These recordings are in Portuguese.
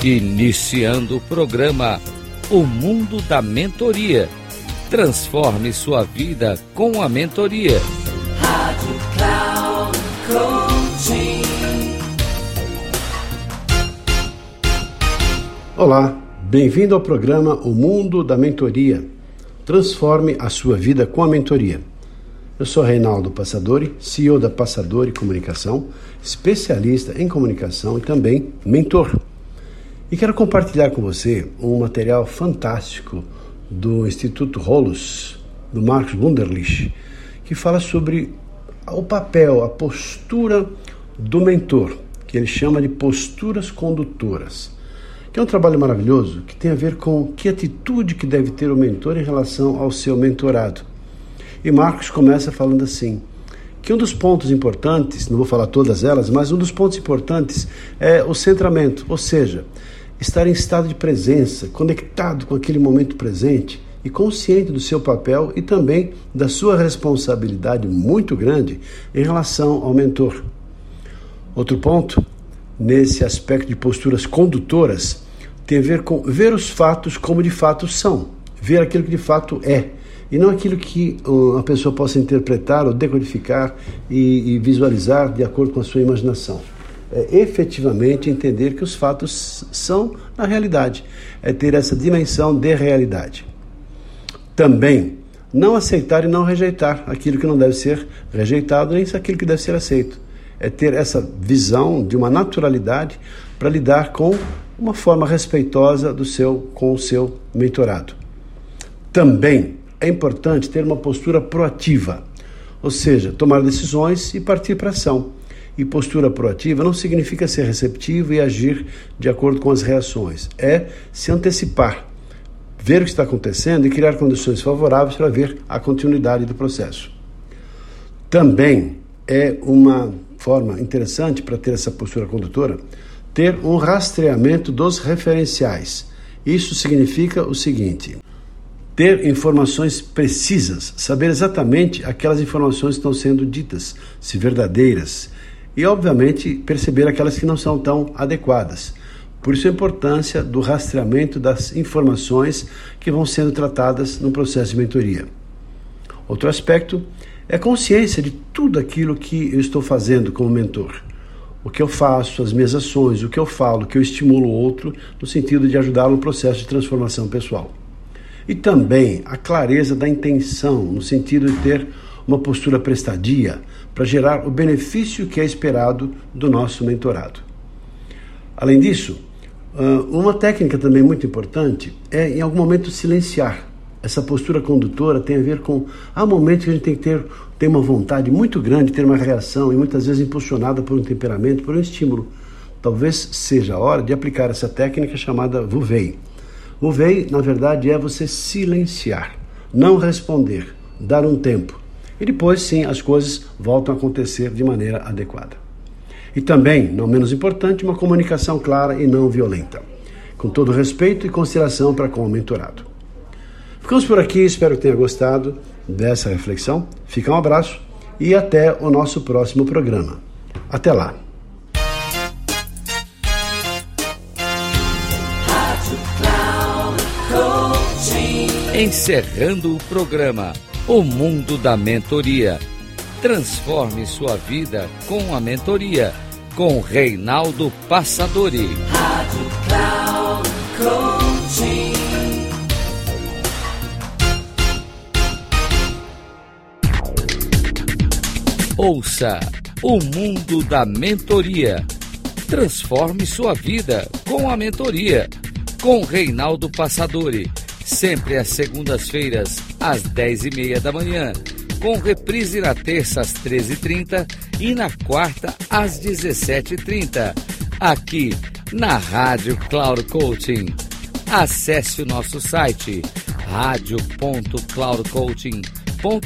Iniciando o programa O Mundo da Mentoria. Transforme sua vida com a mentoria. Rádio Cloud Coaching. Olá, bem-vindo ao programa O Mundo da Mentoria. Transforme a sua vida com a mentoria. Eu sou Reinaldo Passadori, CEO da Passadori Comunicação, especialista em comunicação e também mentor. E quero compartilhar com você um material fantástico do Instituto Holos, do Marcus Wunderlich, que fala sobre o papel, a postura do mentor, que ele chama de posturas condutoras, que é um trabalho maravilhoso que tem a ver com que atitude que deve ter o mentor em relação ao seu mentorado. E Marcos começa falando assim, que um dos pontos importantes, não vou falar todas elas, mas um dos pontos importantes é o centramento, ou seja, estar em estado de presença, conectado com aquele momento presente e consciente do seu papel e também da sua responsabilidade muito grande em relação ao mentor. Outro ponto, nesse aspecto de posturas condutoras, tem a ver com ver os fatos como de fato são, ver aquilo que de fato é, e não aquilo que a pessoa possa interpretar ou decodificar e visualizar de acordo com a sua imaginação. É efetivamente entender que os fatos são na realidade, é ter essa dimensão de realidade. Também, não aceitar e não rejeitar aquilo que não deve ser rejeitado, nem aquilo que deve ser aceito. É ter essa visão de uma naturalidade para lidar com uma forma respeitosa com o seu mentorado. Também é importante ter uma postura proativa, ou seja, tomar decisões e partir para a ação. E postura proativa não significa ser receptivo e agir de acordo com as reações. É se antecipar, ver o que está acontecendo e criar condições favoráveis para ver a continuidade do processo. Também é uma forma interessante para ter essa postura condutora, ter um rastreamento dos referenciais. Isso significa o seguinte: ter informações precisas, saber exatamente aquelas informações que estão sendo ditas, se verdadeiras, e, obviamente, perceber aquelas que não são tão adequadas. Por isso a importância do rastreamento das informações que vão sendo tratadas no processo de mentoria. Outro aspecto é a consciência de tudo aquilo que eu estou fazendo como mentor. O que eu faço, as minhas ações, o que eu falo, o que eu estimulo o outro, no sentido de ajudá-lo no processo de transformação pessoal. E também a clareza da intenção, no sentido de ter uma postura prestadia para gerar o benefício que é esperado do nosso mentorado. Além disso, uma técnica também muito importante é, em algum momento, silenciar. Essa postura condutora tem a ver com há momentos que a gente tem que ter uma vontade muito grande, ter uma reação, e muitas vezes impulsionada por um temperamento, por um estímulo. Talvez seja a hora de aplicar essa técnica chamada Wu-Wei. Wu-Wei, na verdade, é você silenciar, não responder, dar um tempo. E depois, sim, as coisas voltam a acontecer de maneira adequada. E também, não menos importante, uma comunicação clara e não violenta, com todo respeito e consideração para com o mentorado. Ficamos por aqui, espero que tenha gostado dessa reflexão. Fica um abraço e até o nosso próximo programa. Até lá! Encerrando o programa O Mundo da Mentoria. Transforme sua vida com a mentoria, com Reinaldo Passadori. Rádio Cloud Coaching. Ouça O Mundo da Mentoria. Transforme sua vida com a mentoria, com Reinaldo Passadori. Sempre às segundas-feiras, às 10h30 da manhã, com reprise na terça às 13h30 e na quarta às 17h30, aqui na Rádio Cloud Coaching. Acesse o nosso site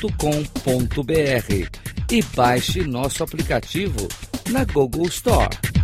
radio.cloudcoaching.com.br e baixe nosso aplicativo na Google Store.